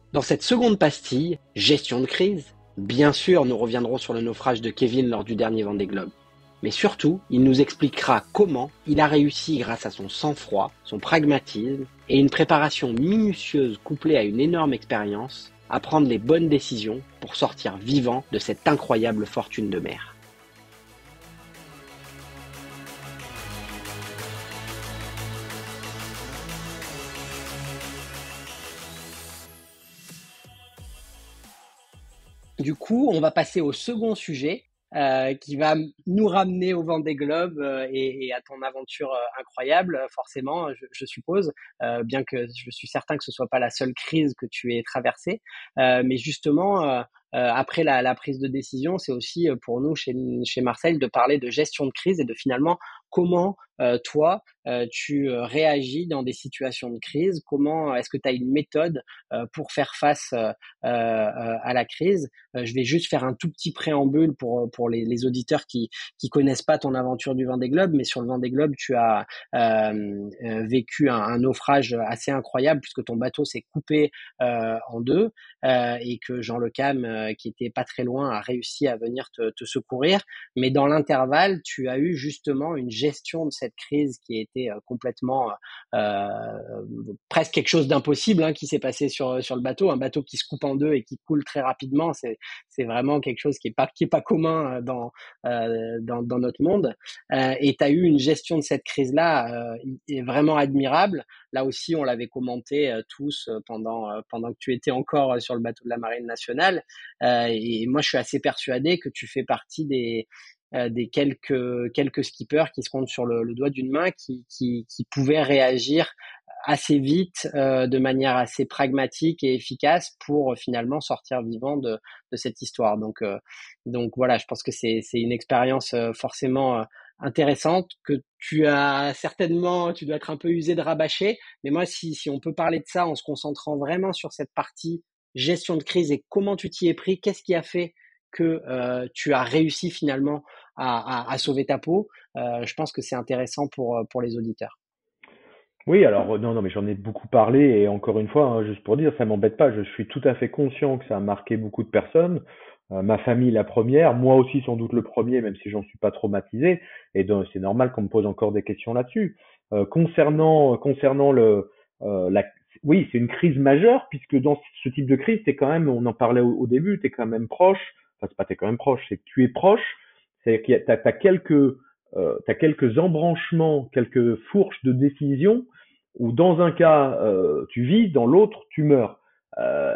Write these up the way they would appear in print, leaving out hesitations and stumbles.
Dans cette seconde pastille, gestion de crise, bien sûr, nous reviendrons sur le naufrage de Kevin lors du dernier Vendée Globe. Mais surtout, il nous expliquera comment il a réussi grâce à son sang-froid, son pragmatisme et une préparation minutieuse couplée à une énorme expérience à prendre les bonnes décisions pour sortir vivant de cette incroyable fortune de mer. Du coup, on va passer au second sujet qui va nous ramener au Vendée Globe et à ton aventure incroyable, forcément, je suppose, bien que je suis certain que ce soit pas la seule crise que tu aies traversée. Mais justement, après la prise de décision, c'est aussi pour nous chez Marseille de parler de gestion de crise et de finalement comment toi, tu réagis dans des situations de crise. Comment est-ce que tu as une méthode pour faire face à la crise? Je vais juste faire un tout petit préambule pour les auditeurs qui connaissent pas ton aventure du Vendée Globe, mais sur le Vendée Globe, tu as vécu un naufrage assez incroyable puisque ton bateau s'est coupé en deux et que Jean Le Cam, qui était pas très loin, a réussi à venir te secourir. Mais dans l'intervalle, tu as eu justement une gestion de cette crise qui a été complètement euh, presque quelque chose d'impossible qui s'est passé sur le bateau. Un bateau qui se coupe en deux et qui coule très rapidement, c'est vraiment quelque chose qui est pas commun dans notre monde. Et tu as eu une gestion de cette crise-là vraiment admirable. Là aussi, on l'avait commenté tous pendant que tu étais encore sur le bateau de la Marine nationale. Et moi, je suis assez persuadé que tu fais partie des quelques skippers qui se comptent sur le doigt d'une main qui pouvaient réagir assez vite, de manière assez pragmatique et efficace pour finalement sortir vivant de cette histoire. Donc voilà, je pense que c'est une expérience forcément intéressante que tu dois être un peu usé de rabâcher. Mais moi, si on peut parler de ça en se concentrant vraiment sur cette partie gestion de crise et comment tu t'y es pris, qu'est-ce qui a fait que tu as réussi finalement à sauver ta peau, je pense que c'est intéressant pour les auditeurs. Oui, alors non, non, mais j'en ai beaucoup parlé et encore une fois, hein, juste pour dire, ça m'embête pas. Je suis tout à fait conscient que ça a marqué beaucoup de personnes. Ma famille la première, moi aussi sans doute le premier, même si j'en suis pas traumatisé. Et donc c'est normal qu'on me pose encore des questions là-dessus. Concernant oui, c'est une crise majeure puisque dans ce type de crise, t'es quand même, on en parlait au début, t'es quand même proche. Enfin, c'est pas t'es quand même proche, c'est que tu es proche. C'est-à-dire t'as quelques embranchements, quelques fourches de décision où dans un cas tu vis, dans l'autre tu meurs. Euh,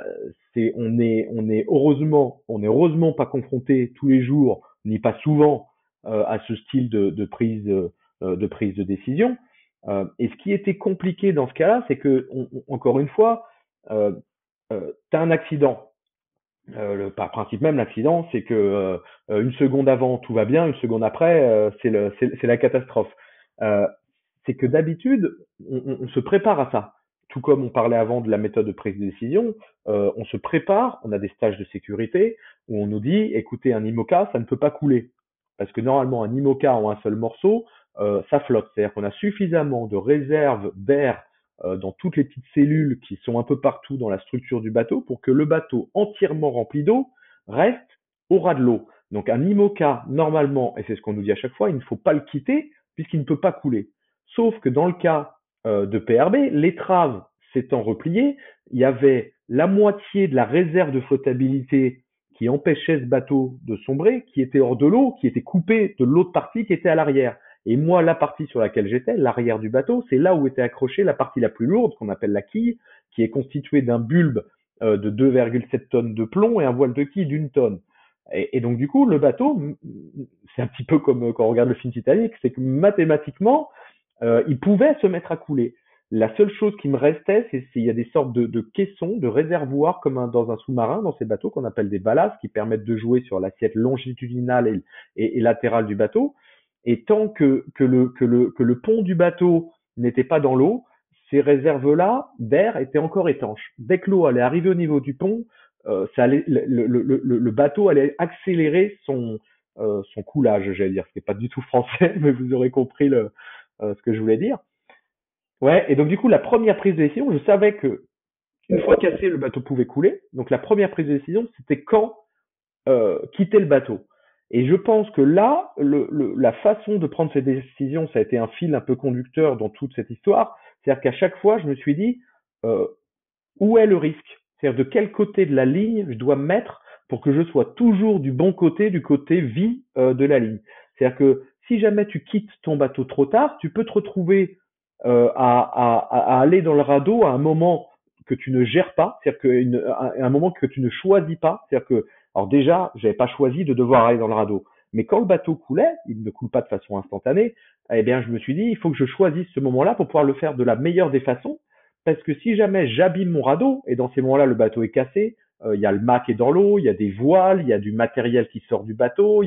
on est heureusement pas confronté tous les jours, ni pas souvent à ce style de prise de décision. Et ce qui était compliqué dans ce cas-là, c'est que encore une fois, euh, tu as un accident. Par principe même, l'accident, c'est que une seconde avant tout va bien, une seconde après, c'est la catastrophe. Euh, c'est que d'habitude, on se prépare à ça. Tout comme on parlait avant de la méthode de prise de décision, on se prépare, on a des stages de sécurité où on nous dit, écoutez, un IMOCA, ça ne peut pas couler. Parce que normalement, un IMOCA en un seul morceau, ça flotte. C'est-à-dire qu'on a suffisamment de réserves d'air dans toutes les petites cellules qui sont un peu partout dans la structure du bateau pour que le bateau entièrement rempli d'eau reste au ras de l'eau. Donc un IMOCA, normalement, et c'est ce qu'on nous dit à chaque fois, il ne faut pas le quitter puisqu'il ne peut pas couler. Sauf que dans le cas de PRB, l'étrave s'étant repliée, il y avait la moitié de la réserve de flottabilité qui empêchait ce bateau de sombrer, qui était hors de l'eau, qui était coupée de l'autre partie qui était à l'arrière. Et moi, la partie sur laquelle j'étais, l'arrière du bateau, c'est là où était accrochée la partie la plus lourde, qu'on appelle la quille, qui est constituée d'un bulbe de 2,7 tonnes de plomb et un voile de quille d'une tonne. Et donc du coup, le bateau, c'est un petit peu comme quand on regarde le film Titanic, c'est que mathématiquement, il pouvait se mettre à couler. La seule chose qui me restait, c'est s'il y a des sortes de caissons, de réservoirs comme dans un sous-marin, dans ces bateaux qu'on appelle des ballasses, qui permettent de jouer sur l'assiette longitudinale et latérale du bateau. Et tant que le pont du bateau n'était pas dans l'eau, ces réserves-là d'air étaient encore étanches. Dès que l'eau allait arriver au niveau du pont, le bateau allait accélérer son coulage, j'allais dire. Ce n'est pas du tout français, mais vous aurez compris ce que je voulais dire. Ouais, et donc du coup, la première prise de décision, je savais que une fois cassé, le bateau pouvait couler. Donc la première prise de décision, c'était quand quitter le bateau. Et je pense que là, la façon de prendre ces décisions, ça a été un fil un peu conducteur dans toute cette histoire. C'est-à-dire qu'à chaque fois, je me suis dit, euh, où est le risque? C'est-à-dire de quel côté de la ligne je dois me mettre pour que je sois toujours du bon côté, du côté vie de la ligne. C'est-à-dire que si jamais tu quittes ton bateau trop tard, tu peux te retrouver à aller dans le radeau à un moment que tu ne gères pas, c'est-à-dire un moment que tu ne choisis pas. C'est-à-dire que, alors déjà, j'avais pas choisi de devoir aller dans le radeau, mais quand le bateau coulait, il ne coule pas de façon instantanée. Eh bien, je me suis dit, il faut que je choisisse ce moment-là pour pouvoir le faire de la meilleure des façons parce que si jamais j'abîme mon radeau, et dans ces moments-là, le bateau est cassé, il y a le mât qui est dans l'eau, il y a des voiles, il y a du matériel qui sort du bateau,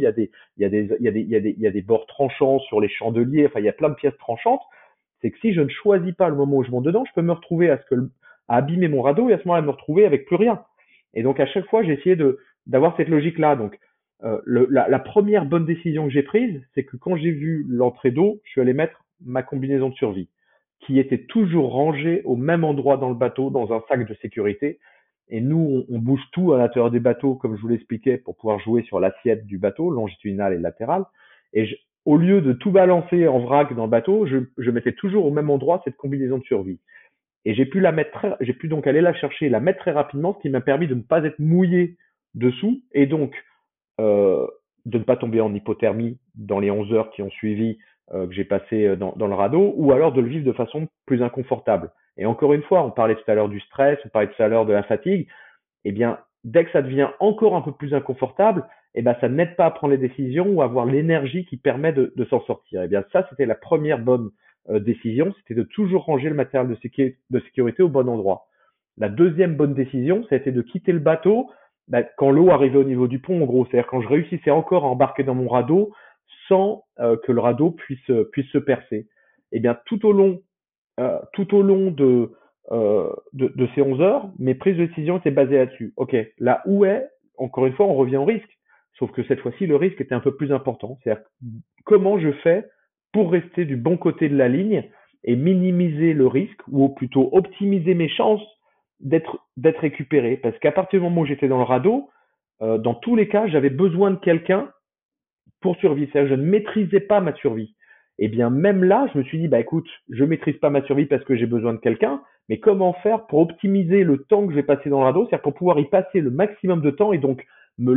il y a des bords tranchants sur les chandeliers, enfin, il y a plein de pièces tranchantes. C'est que si je ne choisis pas le moment où je monte dedans, je peux me retrouver à abîmer mon radeau et à ce moment-là me retrouver avec plus rien. Et donc, à chaque fois, j'ai essayé d'avoir cette logique-là. Donc, la première bonne décision que j'ai prise, c'est que quand j'ai vu l'entrée d'eau, je suis allé mettre ma combinaison de survie qui était toujours rangé au même endroit dans le bateau, dans un sac de sécurité. Et nous, on bouge tout à l'intérieur des bateaux, comme je vous l'expliquais, pour pouvoir jouer sur l'assiette du bateau, longitudinale et latérale. Et au lieu de tout balancer en vrac dans le bateau, je mettais toujours au même endroit cette combinaison de survie. Et j'ai pu donc aller la chercher, la mettre très rapidement, ce qui m'a permis de ne pas être mouillé dessous et donc euh, de ne pas tomber en hypothermie dans les 11 heures qui ont suivi que j'ai passé dans le radeau, ou alors de le vivre de façon plus inconfortable. Et encore une fois, on parlait tout à l'heure du stress, on parlait tout à l'heure de la fatigue, eh bien, dès que ça devient encore un peu plus inconfortable, eh ben, ça n'aide pas à prendre les décisions ou à avoir l'énergie qui permet de s'en sortir. Eh bien, ça, c'était la première bonne décision, c'était de toujours ranger le matériel de sécurité au bon endroit. La deuxième bonne décision, ça a été de quitter le bateau quand l'eau arrivait au niveau du pont, en gros. C'est-à-dire quand je réussissais encore à embarquer dans mon radeau sans que le radeau puisse se percer. Eh bien, tout au long de ces 11 heures, mes prises de décision étaient basées là-dessus. Ok, là où est, encore une fois, on revient au risque. Sauf que cette fois-ci, le risque était un peu plus important. C'est-à-dire comment je fais pour rester du bon côté de la ligne et minimiser le risque, ou plutôt optimiser mes chances d'être récupéré. Parce qu'à partir du moment où j'étais dans le radeau, dans tous les cas, j'avais besoin de quelqu'un pour survivre. C'est-à-dire que je ne maîtrisais pas ma survie. Et bien même là, je me suis dit, bah écoute, je maîtrise pas ma survie parce que j'ai besoin de quelqu'un, mais comment faire pour optimiser le temps que je vais passer dans le radeau, c'est-à-dire pour pouvoir y passer le maximum de temps et donc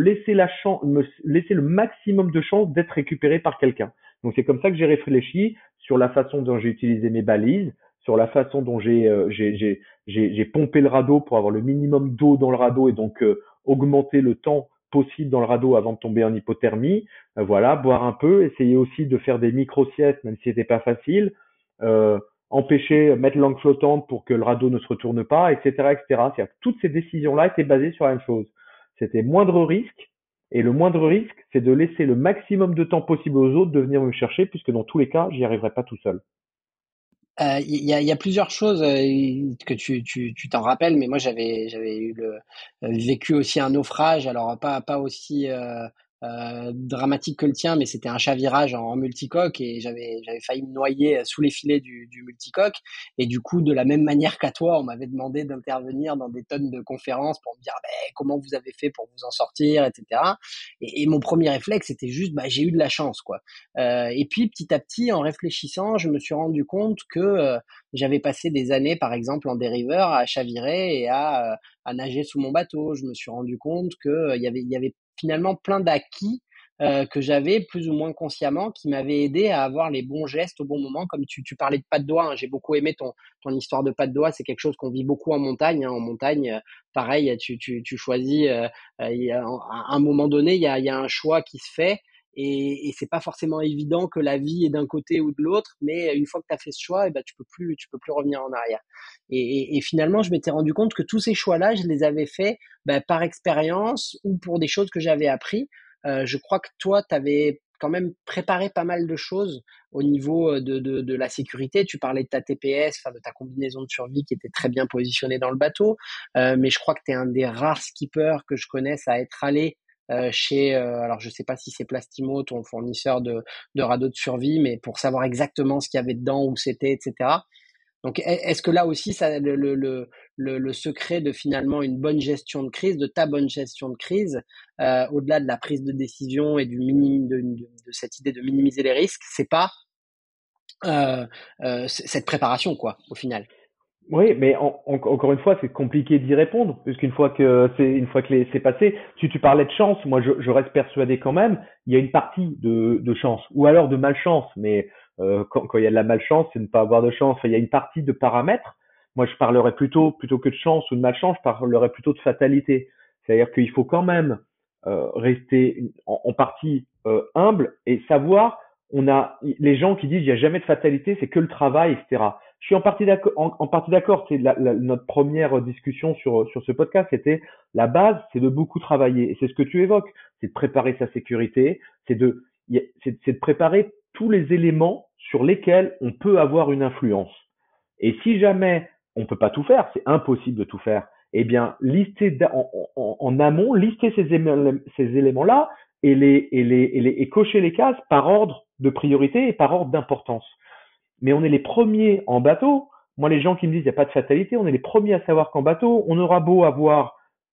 me laisser le maximum de chances d'être récupéré par quelqu'un. Donc c'est comme ça que j'ai réfléchi sur la façon dont j'ai utilisé mes balises, sur la façon dont j'ai pompé le radeau pour avoir le minimum d'eau dans le radeau et donc augmenter le temps possible dans le radeau avant de tomber en hypothermie. Voilà, boire un peu, essayer aussi de faire des micro-siestes, même si c'était pas facile, euh, empêcher, mettre l'angle flottante pour que le radeau ne se retourne pas, etc., etc. C'est-à-dire que toutes ces décisions-là étaient basées sur la même chose. C'était moindre risque, et le moindre risque, c'est de laisser le maximum de temps possible aux autres de venir me chercher, puisque dans tous les cas, j'y arriverai pas tout seul. Il y a plusieurs choses que tu t'en rappelles, mais moi j'avais vécu aussi un naufrage, alors pas aussi dramatique que le tien, mais c'était un chavirage en multicoque et j'avais failli me noyer sous les filets du multicoque. Et du coup, de la même manière qu'à toi, on m'avait demandé d'intervenir dans des tonnes de conférences pour me dire comment vous avez fait pour vous en sortir, etc. Et mon premier réflexe, c'était juste j'ai eu de la chance, quoi. Et puis petit à petit, en réfléchissant, je me suis rendu compte que j'avais passé des années, par exemple, en dériveur, à chavirer et à nager sous mon bateau. Je me suis rendu compte que il y avait finalement plein d'acquis que j'avais plus ou moins consciemment qui m'avaient aidé à avoir les bons gestes au bon moment. Comme tu parlais de pas de doigts, hein, j'ai beaucoup aimé ton histoire de pas de doigts. C'est quelque chose qu'on vit beaucoup en montagne. Hein. En montagne, pareil, tu choisis. À un moment donné, il y a un choix qui se fait et c'est pas forcément évident que la vie est d'un côté ou de l'autre, mais une fois que tu as fait ce choix, tu peux plus revenir en arrière. Et finalement, je m'étais rendu compte que tous ces choix-là, je les avais faits par expérience ou pour des choses que j'avais appris. Je crois que toi, tu avais quand même préparé pas mal de choses au niveau de la sécurité. Tu parlais de ta TPS, enfin de ta combinaison de survie qui était très bien positionnée dans le bateau. Mais je crois que tu es un des rares skippers que je connaisse à être allé chez, alors je sais pas si c'est Plastimo, ton fournisseur de radeaux de survie, mais pour savoir exactement ce qu'il y avait dedans, où c'était, etc. Donc, est-ce que là aussi, ça, le secret de finalement une bonne gestion de crise, de ta bonne gestion de crise, au-delà de la prise de décision et de cette idée de minimiser les risques, c'est pas euh, cette préparation, quoi, au final. Oui, mais encore une fois, c'est compliqué d'y répondre, puisqu'une fois que c'est passé, si tu parlais de chance, moi je reste persuadé quand même, il y a une partie de chance, ou alors de malchance, mais quand il y a de la malchance, c'est ne pas avoir de chance. Enfin, il y a une partie de paramètres. Moi, je parlerais plutôt que de chance ou de malchance, je parlerais plutôt de fatalité. C'est-à-dire qu'il faut quand même rester en partie humble et savoir, on a les gens qui disent il n'y a jamais de fatalité, c'est que le travail, etc. Je suis en partie d'accord. C'est notre première discussion sur ce podcast. C'était la base, c'est de beaucoup travailler. Et c'est ce que tu évoques. C'est de préparer sa sécurité. C'est de préparer tous les éléments sur lesquels on peut avoir une influence. Et si jamais on peut pas tout faire, c'est impossible de tout faire. Eh bien, en amont, lister ces éléments-là et cocher les cases par ordre de priorité et par ordre d'importance. Mais on est les premiers en bateau. Moi, les gens qui me disent qu'il n'y a pas de fatalité, on est les premiers à savoir qu'en bateau, on aura beau avoir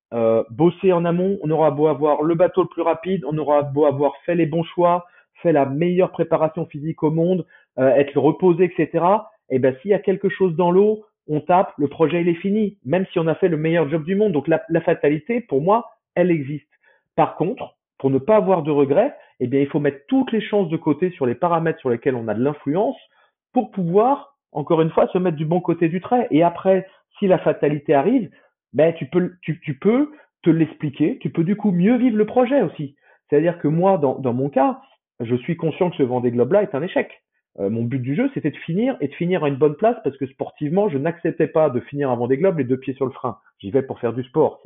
bossé en amont, on aura beau avoir le bateau le plus rapide, on aura beau avoir fait les bons choix, fait la meilleure préparation physique au monde, être reposé, etc. Et ben, s'il y a quelque chose dans l'eau, on tape, le projet il est fini, même si on a fait le meilleur job du monde. Donc la fatalité, pour moi, elle existe. Par contre, pour ne pas avoir de regrets, eh bien, il faut mettre toutes les chances de côté sur les paramètres sur lesquels on a de l'influence pour pouvoir, encore une fois, se mettre du bon côté du trait. Et après, si la fatalité arrive, ben, tu peux te l'expliquer, tu peux du coup mieux vivre le projet aussi. C'est-à-dire que moi, dans mon cas, je suis conscient que ce Vendée Globe-là est un échec. Mon but du jeu, c'était de finir et de finir à une bonne place parce que sportivement, je n'acceptais pas de finir un Vendée Globe les deux pieds sur le frein. J'y vais pour faire du sport.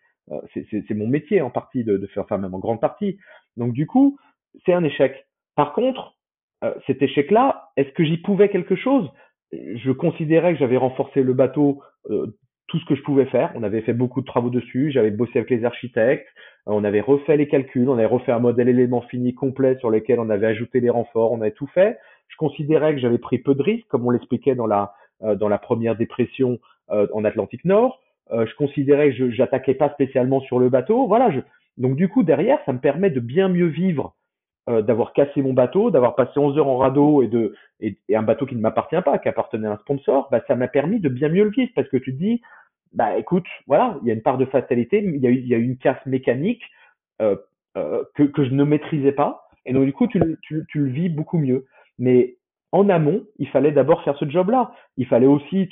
C'est mon métier en partie de faire, enfin même en grande partie. Donc du coup, c'est un échec. Par contre, cet échec-là, est-ce que j'y pouvais quelque chose? Je considérais que j'avais renforcé le bateau tout ce que je pouvais faire. On avait fait beaucoup de travaux dessus, j'avais bossé avec les architectes, on avait refait les calculs, on avait refait un modèle élément fini complet sur lequel on avait ajouté les renforts, on avait tout fait. Je considérais que j'avais pris peu de risques, comme on l'expliquait dans la première dépression en Atlantique Nord. Je considérais que je j'attaquais pas spécialement sur le bateau. Voilà, donc du coup derrière, ça me permet de bien mieux vivre d'avoir cassé mon bateau, d'avoir passé 11 heures en radeau et un bateau qui ne m'appartient pas, qui appartenait à un sponsor, bah, ça m'a permis de bien mieux le vivre parce que tu te dis, bah écoute, voilà, il y a une part de fatalité, il y a eu une casse mécanique euh, que je ne maîtrisais pas, et donc du coup tu le vis beaucoup mieux. Mais en amont, il fallait d'abord faire ce job-là. Il fallait aussi,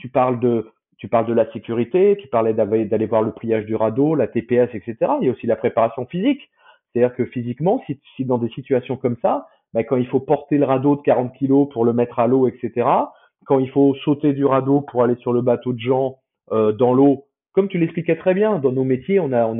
tu parles de la sécurité, tu parlais d'aller voir le pliage du radeau, la TPS, etc. Il y a aussi la préparation physique. C'est-à-dire que physiquement, si dans des situations comme ça, bah, quand il faut porter le radeau de 40 kilos pour le mettre à l'eau, etc., quand il faut sauter du radeau pour aller sur le bateau de gens dans l'eau, comme tu l'expliquais très bien, dans nos métiers,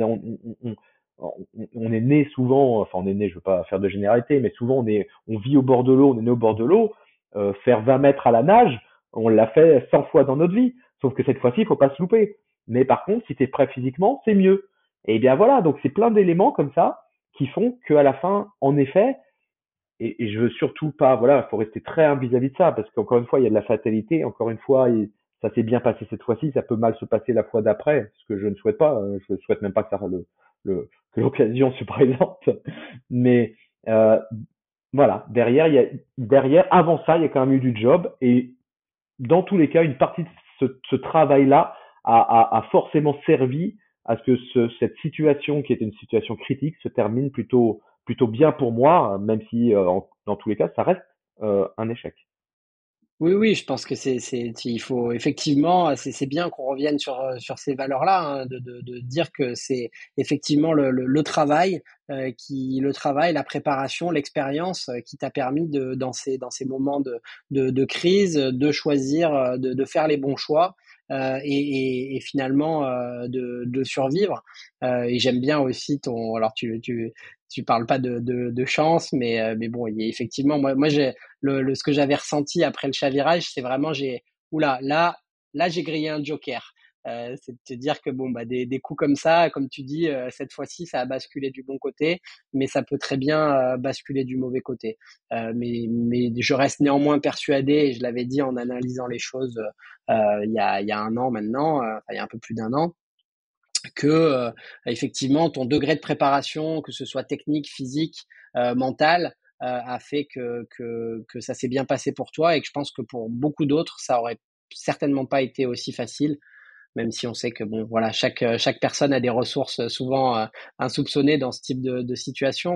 on est né souvent, enfin on est né, je veux pas faire de généralité, mais souvent on vit au bord de l'eau, on est né au bord de l'eau. Faire 20 mètres à la nage, on l'a fait 100 fois dans notre vie. Sauf que cette fois-ci, il faut pas se louper. Mais par contre, si tu es prêt physiquement, c'est mieux. Et bien voilà, donc c'est plein d'éléments comme ça qui font qu'à la fin, en effet, et je veux surtout pas, voilà, il faut rester très humble vis-à-vis de ça, parce qu'encore une fois, il y a de la fatalité, encore une fois, ça s'est bien passé cette fois-ci, ça peut mal se passer la fois d'après, ce que je ne souhaite pas, je ne souhaite même pas que que l'occasion se présente, mais voilà, derrière, avant ça, il y a quand même eu du job, et dans tous les cas, une partie de ce travail-là a forcément servi à ce que cette situation, qui était une situation critique, se termine plutôt bien pour moi, même si dans tous les cas, ça reste un échec. Oui, oui, je pense que il faut effectivement, c'est bien qu'on revienne sur ces valeurs-là, hein, de dire que c'est effectivement le travail, le travail, la préparation, l'expérience qui t'a permis dans ces moments de crise, de choisir, de faire les bons choix, et finalement de survivre. Et j'aime bien aussi alors tu parles pas de chance, mais bon, effectivement, moi j'ai ce que j'avais ressenti après le chavirage, c'est vraiment oula, là j'ai grillé un joker. C'est de te dire que bon, bah, des coups comme ça, comme tu dis, cette fois-ci, ça a basculé du bon côté, mais ça peut très bien basculer du mauvais côté. Mais je reste néanmoins persuadé, et je l'avais dit en analysant les choses il y a un an maintenant, il y a un peu plus d'un an, que effectivement ton degré de préparation, que ce soit technique, physique, mental, a fait que ça s'est bien passé pour toi, et que je pense que pour beaucoup d'autres, ça aurait certainement pas été aussi facile, même si on sait que bon, voilà, chaque personne a des ressources souvent insoupçonnées dans ce type de situation,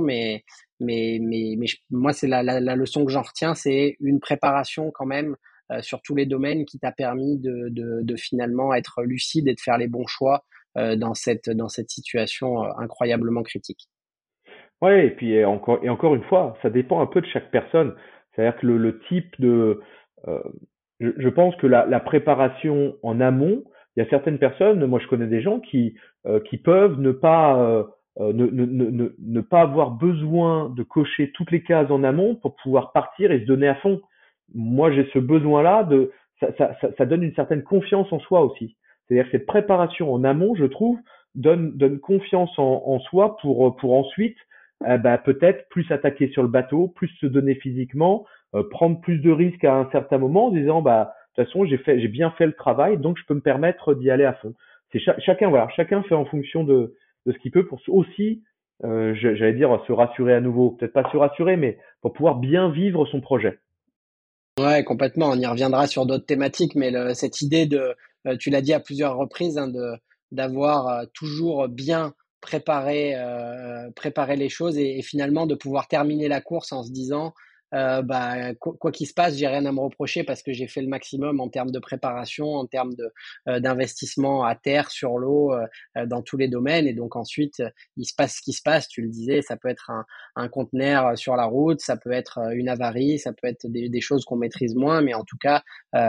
moi, c'est la leçon que j'en retiens, c'est une préparation quand même sur tous les domaines qui t'a permis de finalement être lucide et de faire les bons choix dans cette situation incroyablement critique. Ouais, et puis et encore une fois, ça dépend un peu de chaque personne. C'est-à-dire que le type de, euh, je pense que la préparation en amont, il y a certaines personnes, moi je connais des gens qui peuvent ne pas, ne pas avoir besoin de cocher toutes les cases en amont pour pouvoir partir et se donner à fond. Moi j'ai ce besoin-là ça donne une certaine confiance en soi aussi. C'est-à-dire que cette préparation en amont, je trouve, donne confiance en soi pour ensuite bah, peut-être plus attaquer sur le bateau, plus se donner physiquement, prendre plus de risques à un certain moment en disant bah de toute façon j'ai bien fait le travail donc je peux me permettre d'y aller à fond. C'est chacun voilà, chacun fait en fonction de ce qu'il peut pour aussi j'allais dire se rassurer à nouveau, peut-être pas se rassurer mais pour pouvoir bien vivre son projet. Ouais, complètement. On y reviendra sur d'autres thématiques, mais cette idée tu l'as dit à plusieurs reprises, hein, d'avoir toujours bien préparé les choses, et finalement de pouvoir terminer la course en se disant, bah, quoi qu'il se passe, j'ai rien à me reprocher parce que j'ai fait le maximum en termes de préparation, en termes d'investissement à terre, sur l'eau, dans tous les domaines. Et donc ensuite, il se passe ce qui se passe. Tu le disais, ça peut être un conteneur sur la route, ça peut être une avarie, ça peut être des choses qu'on maîtrise moins, mais en tout cas,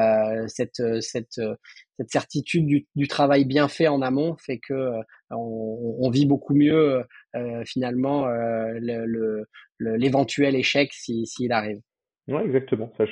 cette certitude du travail bien fait en amont fait que on vit beaucoup mieux finalement l'éventuel échec s'il arrive. Ouais, exactement. Ça,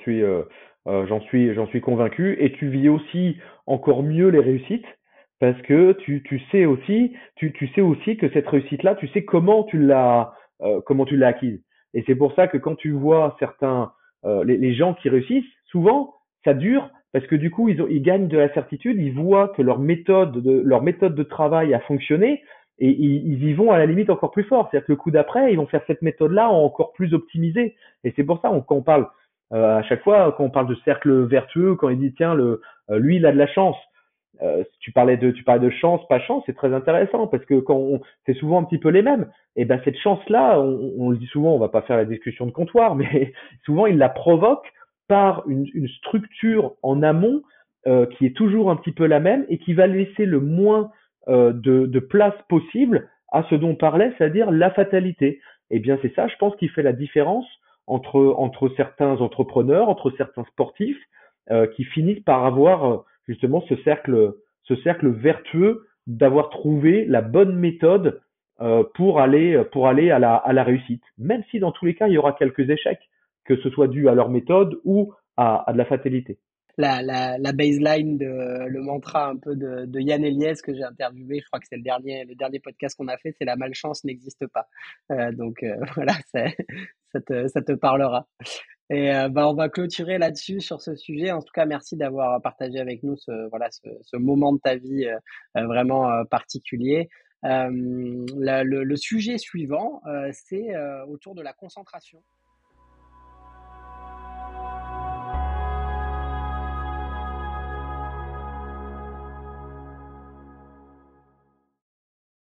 j'en suis convaincu. Et tu vis aussi encore mieux les réussites parce que tu sais aussi que cette réussite-là, tu sais comment tu l'as acquise. Et c'est pour ça que quand tu vois les gens qui réussissent, souvent, ça dure parce que du coup, ils gagnent de la certitude, ils voient que leur méthode de travail a fonctionné et ils y vont à la limite encore plus fort. C'est-à-dire que le coup d'après, ils vont faire cette méthode-là encore plus optimisée. Et c'est pour ça, quand on parle à chaque fois, quand on parle de cercle vertueux, quand il dit tiens, lui il a de la chance. Tu parlais de chance, pas chance, c'est très intéressant parce que c'est souvent un petit peu les mêmes. Et ben cette chance-là, on le dit souvent, on va pas faire la discussion de comptoir, mais souvent il la provoque par une structure en amont qui est toujours un petit peu la même et qui va laisser le moins de place possible à ce dont on parlait, c'est-à-dire la fatalité. Eh bien c'est ça, je pense, qui fait la différence entre certains entrepreneurs, entre certains sportifs, qui finissent par avoir justement ce cercle vertueux d'avoir trouvé la bonne méthode pour aller à la réussite. Même si dans tous les cas, il y aura quelques échecs, que ce soit dû à leur méthode ou à de la fatalité. La baseline le mantra un peu de Yann Eliès que j'ai interviewé, je crois que c'est le dernier podcast qu'on a fait, c'est la malchance n'existe pas. Donc voilà, ça te parlera. Et bah, on va clôturer là-dessus sur ce sujet. En tout cas, merci d'avoir partagé avec nous ce moment de ta vie vraiment particulier. Le sujet suivant, c'est autour de la concentration.